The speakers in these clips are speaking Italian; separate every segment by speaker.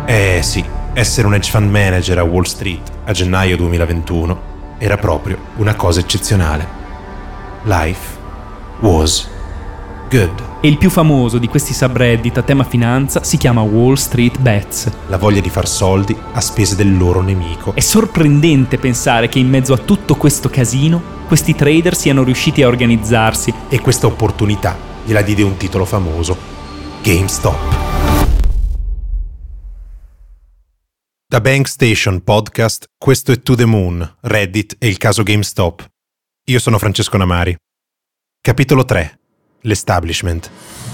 Speaker 1: Sì, essere un hedge fund manager a Wall Street a gennaio 2021 era proprio una cosa eccezionale. Life was good.
Speaker 2: E il più famoso di questi subreddit a tema finanza si chiama Wall Street Bets.
Speaker 1: La voglia di far soldi a spese del loro nemico.
Speaker 2: È sorprendente pensare che in mezzo a tutto questo casino questi trader siano riusciti a organizzarsi.
Speaker 1: E questa opportunità gliela diede un titolo famoso: GameStop. Da Bank Station Podcast, questo è To The Moon, Reddit e il caso GameStop. Io sono Francesco Namari. Capitolo 3. L'establishment.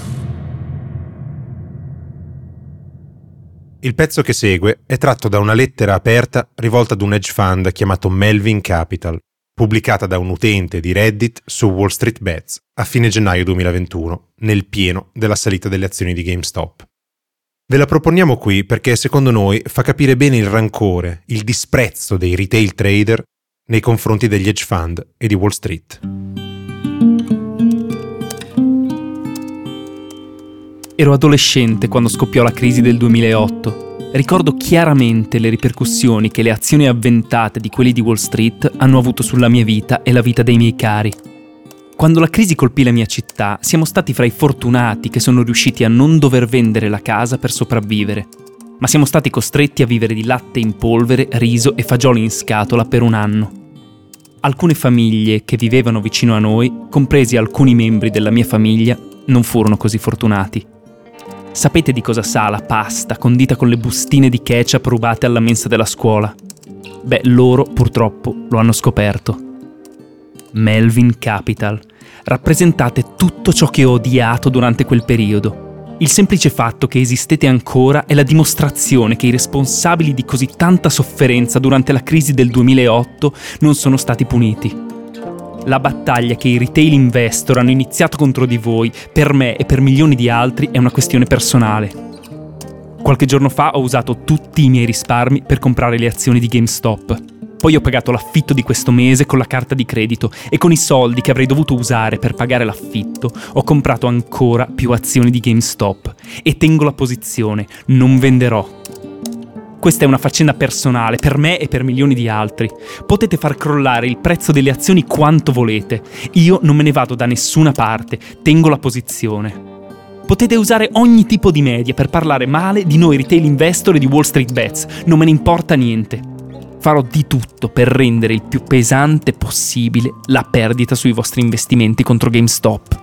Speaker 1: Il pezzo che segue è tratto da una lettera aperta rivolta ad un hedge fund chiamato Melvin Capital, pubblicata da un utente di Reddit su Wall Street Bets a fine gennaio 2021, nel pieno della salita delle azioni di GameStop. Ve la proponiamo qui perché secondo noi fa capire bene il rancore, il disprezzo dei retail trader nei confronti degli hedge fund e di Wall Street.
Speaker 2: Ero adolescente quando scoppiò la crisi del 2008. Ricordo chiaramente le ripercussioni che le azioni avventate di quelli di Wall Street hanno avuto sulla mia vita e la vita dei miei cari. Quando la crisi colpì la mia città, siamo stati fra i fortunati che sono riusciti a non dover vendere la casa per sopravvivere, ma siamo stati costretti a vivere di latte in polvere, riso e fagioli in scatola per un anno. Alcune famiglie che vivevano vicino a noi, compresi alcuni membri della mia famiglia, non furono così fortunati. Sapete di cosa sa la pasta condita con le bustine di ketchup rubate alla mensa della scuola? Beh, loro purtroppo lo hanno scoperto. Melvin Capital. Rappresentate tutto ciò che ho odiato durante quel periodo. Il semplice fatto che esistete ancora è la dimostrazione che i responsabili di così tanta sofferenza durante la crisi del 2008 non sono stati puniti. La battaglia che i retail investor hanno iniziato contro di voi, per me e per milioni di altri, è una questione personale. Qualche giorno fa ho usato tutti i miei risparmi per comprare le azioni di GameStop. Poi ho pagato l'affitto di questo mese con la carta di credito e con i soldi che avrei dovuto usare per pagare l'affitto ho comprato ancora più azioni di GameStop e tengo la posizione, non venderò. Questa è una faccenda personale per me e per milioni di altri. Potete far crollare il prezzo delle azioni quanto volete. Io non me ne vado da nessuna parte, tengo la posizione. Potete usare ogni tipo di media per parlare male di noi retail investor e di Wall Street Bets, non me ne importa niente. Farò di tutto per rendere il più pesante possibile la perdita sui vostri investimenti contro GameStop.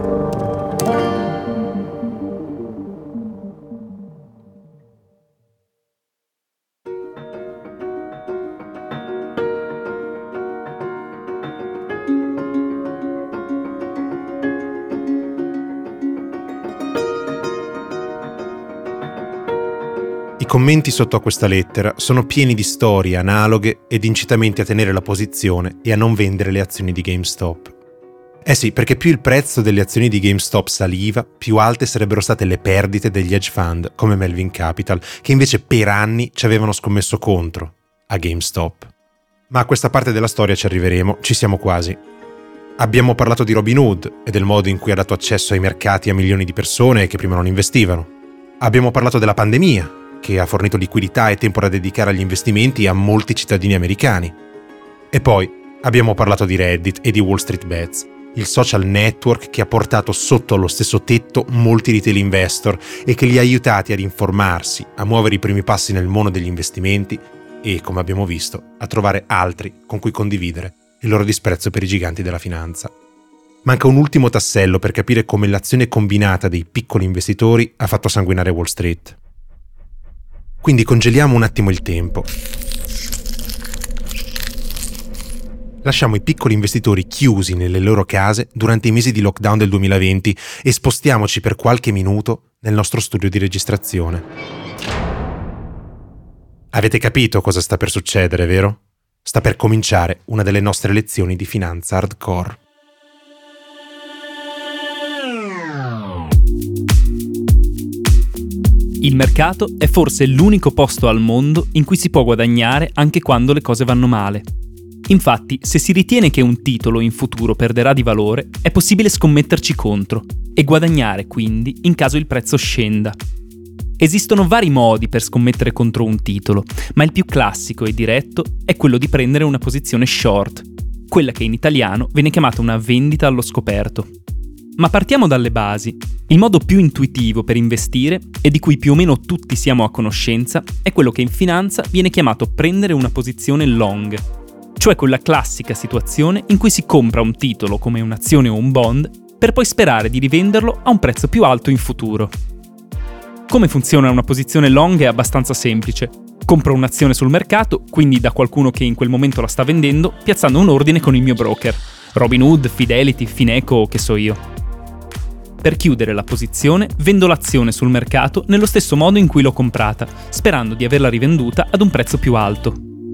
Speaker 1: I commenti sotto a questa lettera sono pieni di storie analoghe ed incitamenti a tenere la posizione e a non vendere le azioni di GameStop. Sì, perché più il prezzo delle azioni di GameStop saliva, più alte sarebbero state le perdite degli hedge fund come Melvin Capital, che invece per anni ci avevano scommesso contro a GameStop. Ma a questa parte della storia ci arriveremo, ci siamo quasi. Abbiamo parlato di Robinhood e del modo in cui ha dato accesso ai mercati a milioni di persone che prima non investivano. Abbiamo parlato della pandemia, che ha fornito liquidità e tempo da dedicare agli investimenti a molti cittadini americani. E poi abbiamo parlato di Reddit e di Wall Street Bets, il social network che ha portato sotto allo stesso tetto molti retail investor e che li ha aiutati ad informarsi, a muovere i primi passi nel mondo degli investimenti e, come abbiamo visto, a trovare altri con cui condividere il loro disprezzo per i giganti della finanza. Manca un ultimo tassello per capire come l'azione combinata dei piccoli investitori ha fatto sanguinare Wall Street. Quindi congeliamo un attimo il tempo. Lasciamo i piccoli investitori chiusi nelle loro case durante i mesi di lockdown del 2020 e spostiamoci per qualche minuto nel nostro studio di registrazione. Avete capito cosa sta per succedere, vero? Sta per cominciare una delle nostre lezioni di finanza hardcore.
Speaker 2: Il mercato è forse l'unico posto al mondo in cui si può guadagnare anche quando le cose vanno male. Infatti, se si ritiene che un titolo in futuro perderà di valore, è possibile scommetterci contro e guadagnare quindi in caso il prezzo scenda. Esistono vari modi per scommettere contro un titolo, ma il più classico e diretto è quello di prendere una posizione short, quella che in italiano viene chiamata una vendita allo scoperto. Ma partiamo dalle basi. Il modo più intuitivo per investire, e di cui più o meno tutti siamo a conoscenza, è quello che in finanza viene chiamato prendere una posizione long, cioè quella classica situazione in cui si compra un titolo come un'azione o un bond per poi sperare di rivenderlo a un prezzo più alto in futuro. Come funziona una posizione long è abbastanza semplice. Compro un'azione sul mercato, quindi da qualcuno che in quel momento la sta vendendo, piazzando un ordine con il mio broker, Robinhood, Fidelity, Fineco o che so io. Per chiudere la posizione, vendo l'azione sul mercato nello stesso modo in cui l'ho comprata, sperando di averla rivenduta ad un prezzo più alto.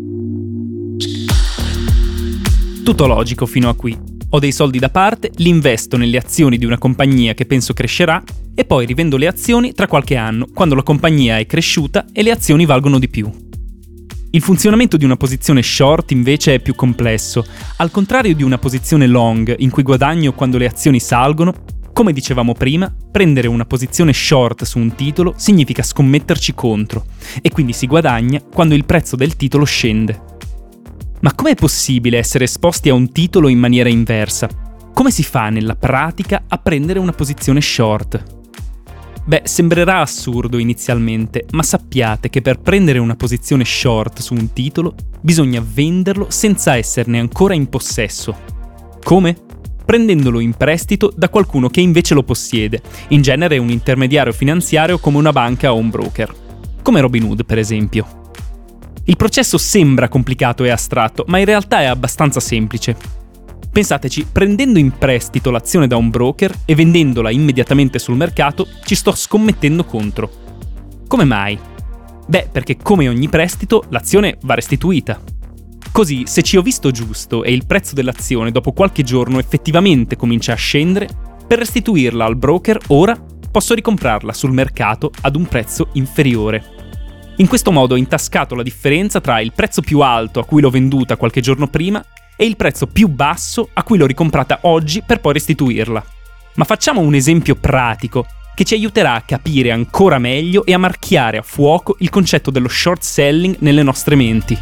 Speaker 2: Tutto logico fino a qui. Ho dei soldi da parte, li investo nelle azioni di una compagnia che penso crescerà e poi rivendo le azioni tra qualche anno, quando la compagnia è cresciuta e le azioni valgono di più. Il funzionamento di una posizione short invece è più complesso. Al contrario di una posizione long in cui guadagno quando le azioni salgono, come dicevamo prima, prendere una posizione short su un titolo significa scommetterci contro e quindi si guadagna quando il prezzo del titolo scende. Ma com'è possibile essere esposti a un titolo in maniera inversa? Come si fa nella pratica a prendere una posizione short? Beh, sembrerà assurdo inizialmente, ma sappiate che per prendere una posizione short su un titolo bisogna venderlo senza esserne ancora in possesso. Come? Prendendolo in prestito da qualcuno che invece lo possiede, in genere un intermediario finanziario come una banca o un broker, come Robinhood per esempio. Il processo sembra complicato e astratto, ma in realtà è abbastanza semplice. Pensateci, prendendo in prestito l'azione da un broker e vendendola immediatamente sul mercato, ci sto scommettendo contro. Come mai? Beh, perché come ogni prestito, l'azione va restituita. Così, se ci ho visto giusto e il prezzo dell'azione dopo qualche giorno effettivamente comincia a scendere, per restituirla al broker ora posso ricomprarla sul mercato ad un prezzo inferiore. In questo modo ho intascato la differenza tra il prezzo più alto a cui l'ho venduta qualche giorno prima e il prezzo più basso a cui l'ho ricomprata oggi per poi restituirla. Ma facciamo un esempio pratico che ci aiuterà a capire ancora meglio e a marchiare a fuoco il concetto dello short selling nelle nostre menti.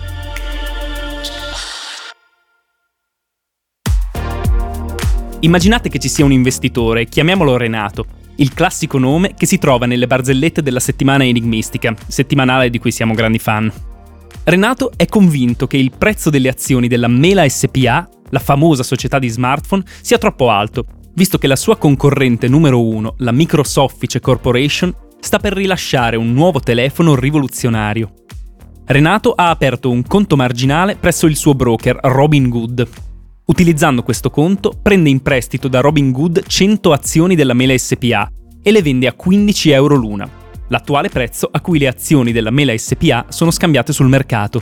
Speaker 2: Immaginate che ci sia un investitore, chiamiamolo Renato, il classico nome che si trova nelle barzellette della settimana enigmistica, settimanale di cui siamo grandi fan. Renato è convinto che il prezzo delle azioni della Mela SpA, la famosa società di smartphone, sia troppo alto, visto che la sua concorrente numero 1, la Microsoffice Corporation, sta per rilasciare un nuovo telefono rivoluzionario. Renato ha aperto un conto marginale presso il suo broker Robinhood. Utilizzando questo conto, prende in prestito da Robinhood 100 azioni della Mela SpA e le vende a 15 euro l'una, l'attuale prezzo a cui le azioni della Mela SpA sono scambiate sul mercato.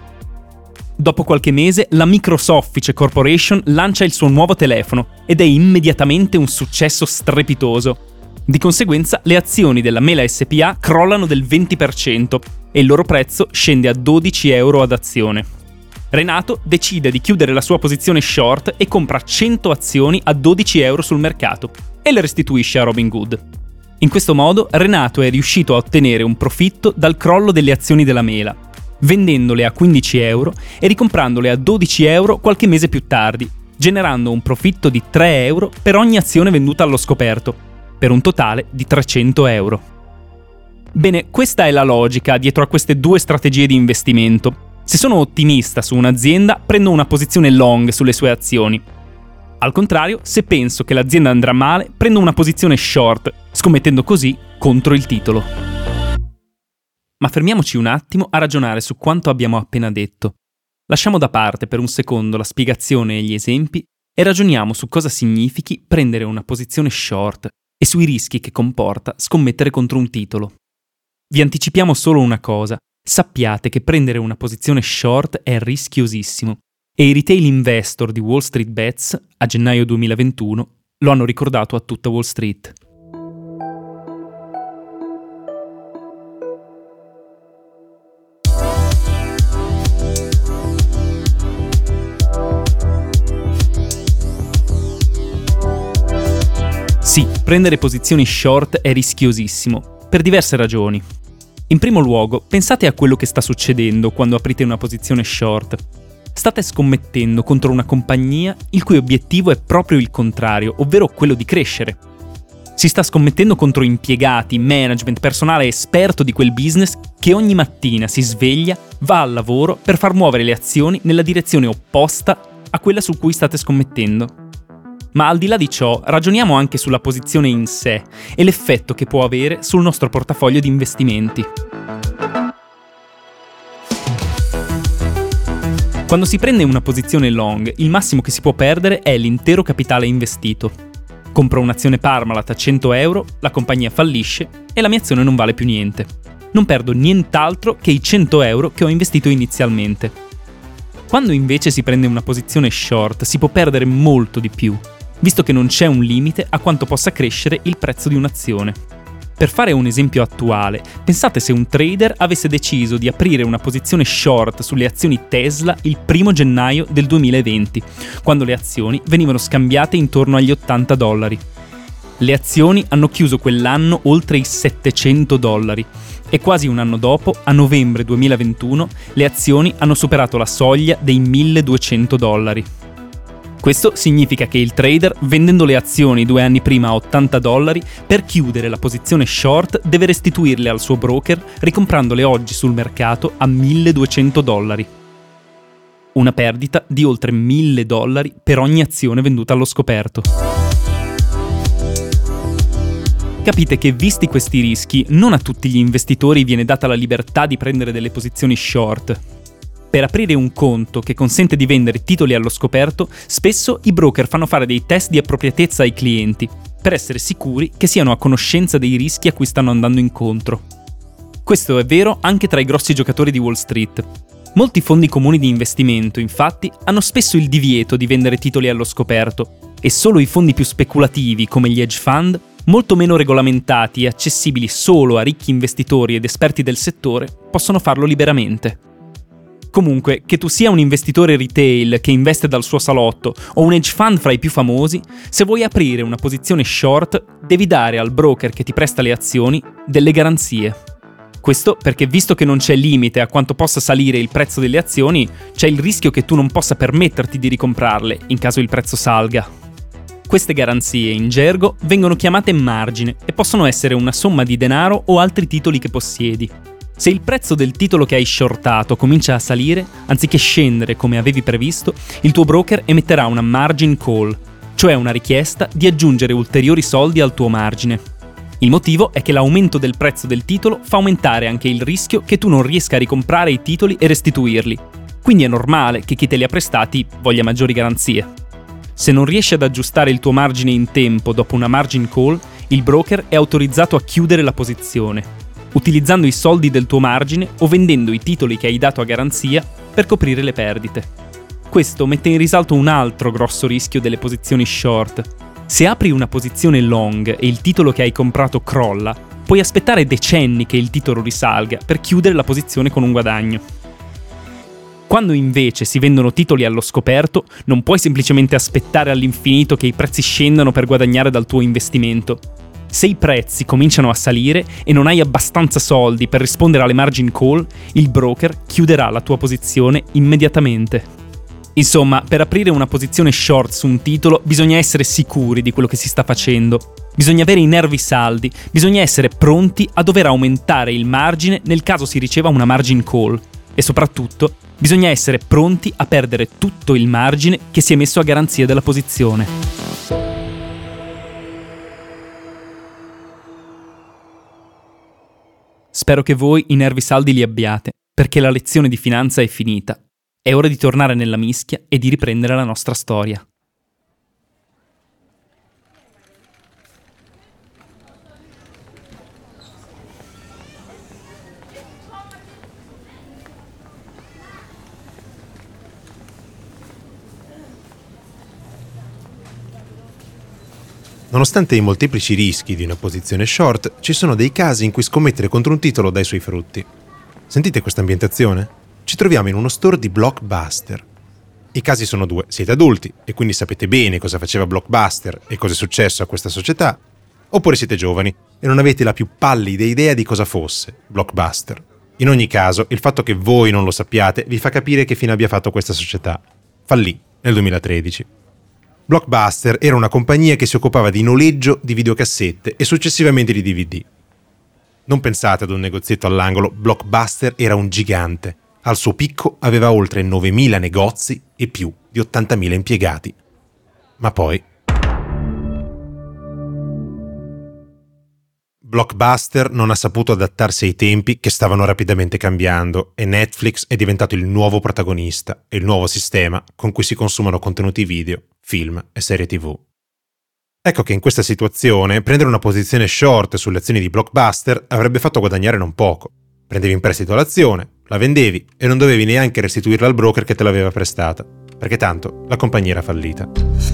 Speaker 2: Dopo qualche mese, la Microsoffice Corporation lancia il suo nuovo telefono ed è immediatamente un successo strepitoso. Di conseguenza, le azioni della Mela SpA crollano del 20% e il loro prezzo scende a 12 euro ad azione. Renato decide di chiudere la sua posizione short e compra 100 azioni a 12 euro sul mercato e le restituisce a Robinhood. In questo modo Renato è riuscito a ottenere un profitto dal crollo delle azioni della Mela, vendendole a 15 euro e ricomprandole a 12 euro qualche mese più tardi, generando un profitto di 3 euro per ogni azione venduta allo scoperto, per un totale di 300 euro. Bene, questa è la logica dietro a queste due strategie di investimento. Se sono ottimista su un'azienda, prendo una posizione long sulle sue azioni. Al contrario, se penso che l'azienda andrà male, prendo una posizione short, scommettendo così contro il titolo. Ma fermiamoci un attimo a ragionare su quanto abbiamo appena detto. Lasciamo da parte per un secondo la spiegazione e gli esempi e ragioniamo su cosa significhi prendere una posizione short e sui rischi che comporta scommettere contro un titolo. Vi anticipiamo solo una cosa. Sappiate che prendere una posizione short è rischiosissimo e i retail investor di Wall Street Bets, a gennaio 2021, lo hanno ricordato a tutta Wall Street. Sì, prendere posizioni short è rischiosissimo, per diverse ragioni. In primo luogo, pensate a quello che sta succedendo quando aprite una posizione short. State scommettendo contro una compagnia il cui obiettivo è proprio il contrario, ovvero quello di crescere. Si sta scommettendo contro impiegati, management, personale esperto di quel business che ogni mattina si sveglia, va al lavoro per far muovere le azioni nella direzione opposta a quella su cui state scommettendo. Ma al di là di ciò, ragioniamo anche sulla posizione in sé e l'effetto che può avere sul nostro portafoglio di investimenti. Quando si prende una posizione long, il massimo che si può perdere è l'intero capitale investito. Compro un'azione Parmalat a 100 euro, la compagnia fallisce e la mia azione non vale più niente. Non perdo nient'altro che i 100 euro che ho investito inizialmente. Quando invece si prende una posizione short, si può perdere molto di più, visto che non c'è un limite a quanto possa crescere il prezzo di un'azione. Per fare un esempio attuale, pensate se un trader avesse deciso di aprire una posizione short sulle azioni Tesla il 1 gennaio del 2020, quando le azioni venivano scambiate intorno agli $80. Le azioni hanno chiuso quell'anno oltre i $700 e quasi un anno dopo, a novembre 2021, le azioni hanno superato la soglia dei $1.200. Questo significa che il trader, vendendo le azioni 2 anni prima a $80, per chiudere la posizione short deve restituirle al suo broker ricomprandole oggi sul mercato a $1.200. Una perdita di oltre $1.000 per ogni azione venduta allo scoperto. Capite che, visti questi rischi, non a tutti gli investitori viene data la libertà di prendere delle posizioni short. Per aprire un conto che consente di vendere titoli allo scoperto, spesso i broker fanno fare dei test di appropriatezza ai clienti, per essere sicuri che siano a conoscenza dei rischi a cui stanno andando incontro. Questo è vero anche tra i grossi giocatori di Wall Street. Molti fondi comuni di investimento, infatti, hanno spesso il divieto di vendere titoli allo scoperto, e solo i fondi più speculativi, come gli hedge fund, molto meno regolamentati e accessibili solo a ricchi investitori ed esperti del settore, possono farlo liberamente. Comunque, che tu sia un investitore retail che investe dal suo salotto o un hedge fund fra i più famosi, se vuoi aprire una posizione short, devi dare al broker che ti presta le azioni delle garanzie. Questo perché, visto che non c'è limite a quanto possa salire il prezzo delle azioni, c'è il rischio che tu non possa permetterti di ricomprarle in caso il prezzo salga. Queste garanzie, in gergo, vengono chiamate margine e possono essere una somma di denaro o altri titoli che possiedi. Se il prezzo del titolo che hai shortato comincia a salire, anziché scendere come avevi previsto, il tuo broker emetterà una margin call, cioè una richiesta di aggiungere ulteriori soldi al tuo margine. Il motivo è che l'aumento del prezzo del titolo fa aumentare anche il rischio che tu non riesca a ricomprare i titoli e restituirli. Quindi è normale che chi te li ha prestati voglia maggiori garanzie. Se non riesci ad aggiustare il tuo margine in tempo dopo una margin call, il broker è autorizzato a chiudere la posizione, utilizzando i soldi del tuo margine o vendendo i titoli che hai dato a garanzia per coprire le perdite. Questo mette in risalto un altro grosso rischio delle posizioni short. Se apri una posizione long e il titolo che hai comprato crolla, puoi aspettare decenni che il titolo risalga per chiudere la posizione con un guadagno. Quando invece si vendono titoli allo scoperto, non puoi semplicemente aspettare all'infinito che i prezzi scendano per guadagnare dal tuo investimento. Se i prezzi cominciano a salire e non hai abbastanza soldi per rispondere alle margin call, il broker chiuderà la tua posizione immediatamente. Insomma, per aprire una posizione short su un titolo bisogna essere sicuri di quello che si sta facendo. Bisogna avere i nervi saldi, bisogna essere pronti a dover aumentare il margine nel caso si riceva una margin call. E soprattutto, bisogna essere pronti a perdere tutto il margine che si è messo a garanzia della posizione. Spero che voi i nervi saldi li abbiate, perché la lezione di finanza è finita. È ora di tornare nella mischia e di riprendere la nostra storia.
Speaker 1: Nonostante i molteplici rischi di una posizione short, ci sono dei casi in cui scommettere contro un titolo dà i suoi frutti. Sentite questa ambientazione? Ci troviamo in uno store di Blockbuster. I casi sono due: siete adulti e quindi sapete bene cosa faceva Blockbuster e cosa è successo a questa società, Oppure siete giovani e non avete la più pallida idea di cosa fosse Blockbuster. In ogni caso, il fatto che voi non lo sappiate vi fa capire che fine abbia fatto questa società. Fallì nel 2013. Blockbuster era una compagnia che si occupava di noleggio di videocassette e successivamente di DVD. Non pensate ad un negozietto all'angolo, Blockbuster era un gigante. Al suo picco aveva oltre 9.000 negozi e più di 80.000 impiegati. Ma poi Blockbuster non ha saputo adattarsi ai tempi che stavano rapidamente cambiando e Netflix è diventato il nuovo protagonista e il nuovo sistema con cui si consumano contenuti video, film e serie TV. Ecco che in questa situazione prendere una posizione short sulle azioni di Blockbuster avrebbe fatto guadagnare non poco. Prendevi in prestito l'azione, la vendevi e non dovevi neanche restituirla al broker che te l'aveva prestata, perché tanto la compagnia era fallita.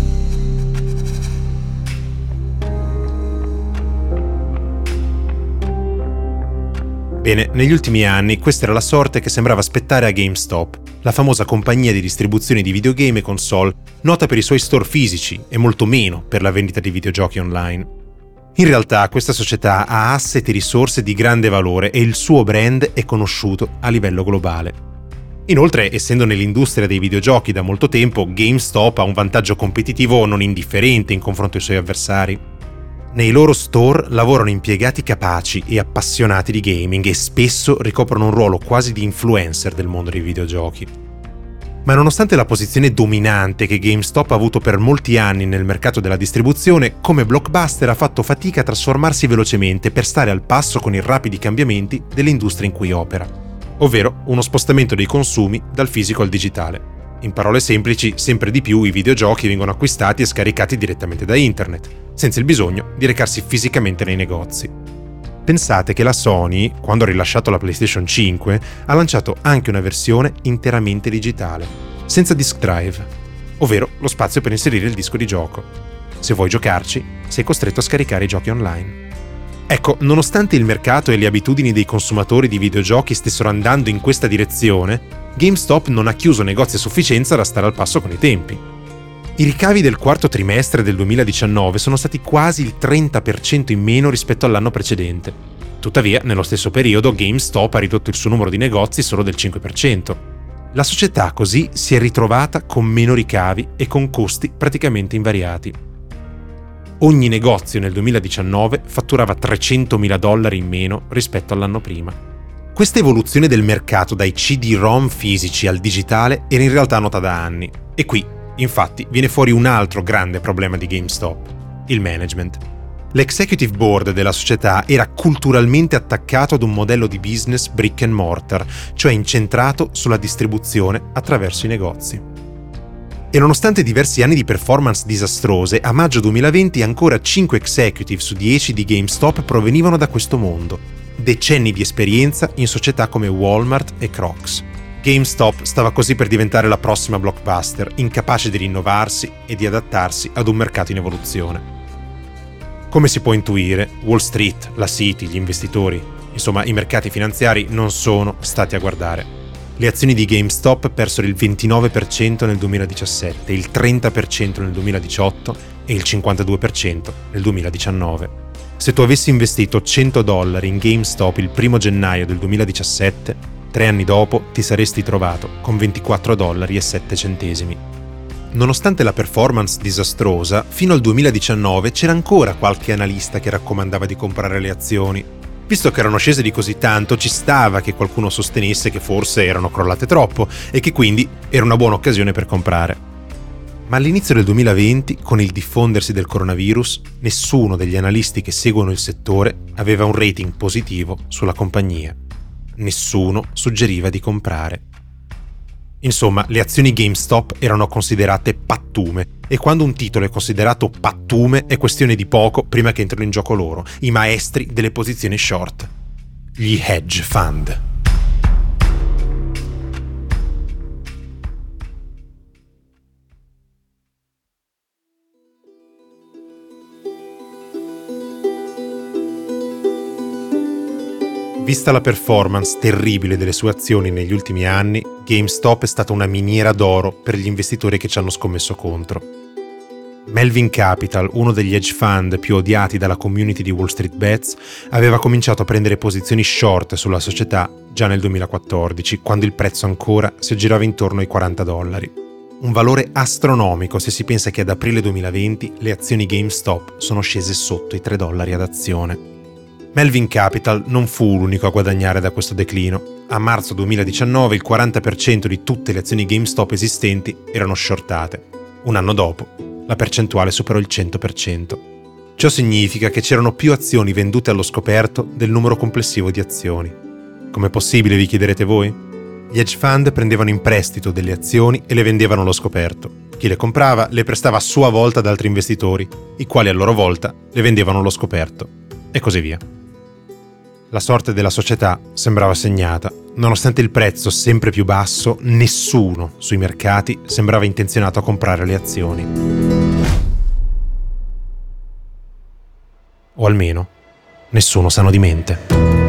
Speaker 1: Bene, negli ultimi anni questa era la sorte che sembrava aspettare a GameStop, la famosa compagnia di distribuzione di videogame e console, nota per i suoi store fisici e molto meno per la vendita di videogiochi online. In realtà questa società ha asset e risorse di grande valore e il suo brand è conosciuto a livello globale. Inoltre, essendo nell'industria dei videogiochi da molto tempo, GameStop ha un vantaggio competitivo non indifferente in confronto ai suoi avversari. Nei loro store lavorano impiegati capaci e appassionati di gaming e spesso ricoprono un ruolo quasi di influencer del mondo dei videogiochi. Ma nonostante la posizione dominante che GameStop ha avuto per molti anni nel mercato della distribuzione, come Blockbuster ha fatto fatica a trasformarsi velocemente per stare al passo con i rapidi cambiamenti dell'industria in cui opera, ovvero uno spostamento dei consumi dal fisico al digitale. In parole semplici, sempre di più i videogiochi vengono acquistati e scaricati direttamente da internet, senza il bisogno di recarsi fisicamente nei negozi. Pensate che la Sony, quando ha rilasciato la PlayStation 5, ha lanciato anche una versione interamente digitale, senza disk drive, ovvero lo spazio per inserire il disco di gioco. Se vuoi giocarci, sei costretto a scaricare i giochi online. Ecco, nonostante il mercato e le abitudini dei consumatori di videogiochi stessero andando in questa direzione, GameStop non ha chiuso negozi a sufficienza da stare al passo con i tempi. I ricavi del quarto trimestre del 2019 sono stati quasi il 30% in meno rispetto all'anno precedente. Tuttavia, nello stesso periodo, GameStop ha ridotto il suo numero di negozi solo del 5%. La società così si è ritrovata con meno ricavi e con costi praticamente invariati. Ogni negozio nel 2019 fatturava $300.000 in meno rispetto all'anno prima. Questa evoluzione del mercato dai CD-ROM fisici al digitale era in realtà nota da anni. E qui, infatti, viene fuori un altro grande problema di GameStop: il management. L'executive board della società era culturalmente attaccato ad un modello di business brick and mortar, cioè incentrato sulla distribuzione attraverso i negozi. E nonostante diversi anni di performance disastrose, a maggio 2020 ancora 5 executive su 10 di GameStop provenivano da questo mondo. Decenni di esperienza in società come Walmart e Crocs. GameStop stava così per diventare la prossima Blockbuster, incapace di rinnovarsi e di adattarsi ad un mercato in evoluzione. Come si può intuire, Wall Street, la City, gli investitori, insomma i mercati finanziari non sono stati a guardare. Le azioni di GameStop persero il 29% nel 2017, il 30% nel 2018 e il 52% nel 2019. Se tu avessi investito $100 in GameStop il 1 gennaio del 2017, 3 anni dopo ti saresti trovato con $24,07. Nonostante la performance disastrosa, fino al 2019 c'era ancora qualche analista che raccomandava di comprare le azioni. Visto che erano scese di così tanto, ci stava che qualcuno sostenesse che forse erano crollate troppo e che quindi era una buona occasione per comprare. Ma all'inizio del 2020, con il diffondersi del coronavirus, nessuno degli analisti che seguono il settore aveva un rating positivo sulla compagnia. Nessuno suggeriva di comprare. Insomma, le azioni GameStop erano considerate pattume, e quando un titolo è considerato pattume è questione di poco prima che entrino in gioco loro, i maestri delle posizioni short, gli hedge fund. Vista la performance terribile delle sue azioni negli ultimi anni, GameStop è stata una miniera d'oro per gli investitori che ci hanno scommesso contro. Melvin Capital, uno degli hedge fund più odiati dalla community di Wall Street Bets, aveva cominciato a prendere posizioni short sulla società già nel 2014, quando il prezzo ancora si aggirava intorno ai $40. Un valore astronomico se si pensa che ad aprile 2020 le azioni GameStop sono scese sotto i $3 ad azione. Melvin Capital non fu l'unico a guadagnare da questo declino. A marzo 2019 il 40% di tutte le azioni GameStop esistenti erano shortate. Un anno dopo la percentuale superò il 100%. Ciò significa che c'erano più azioni vendute allo scoperto del numero complessivo di azioni. Com'è possibile, vi chiederete voi? Gli hedge fund prendevano in prestito delle azioni e le vendevano allo scoperto. Chi le comprava le prestava a sua volta ad altri investitori, i quali a loro volta le vendevano allo scoperto. E così via. La sorte della società sembrava segnata. Nonostante il prezzo sempre più basso, nessuno sui mercati sembrava intenzionato a comprare le azioni. O almeno, nessuno sano di mente.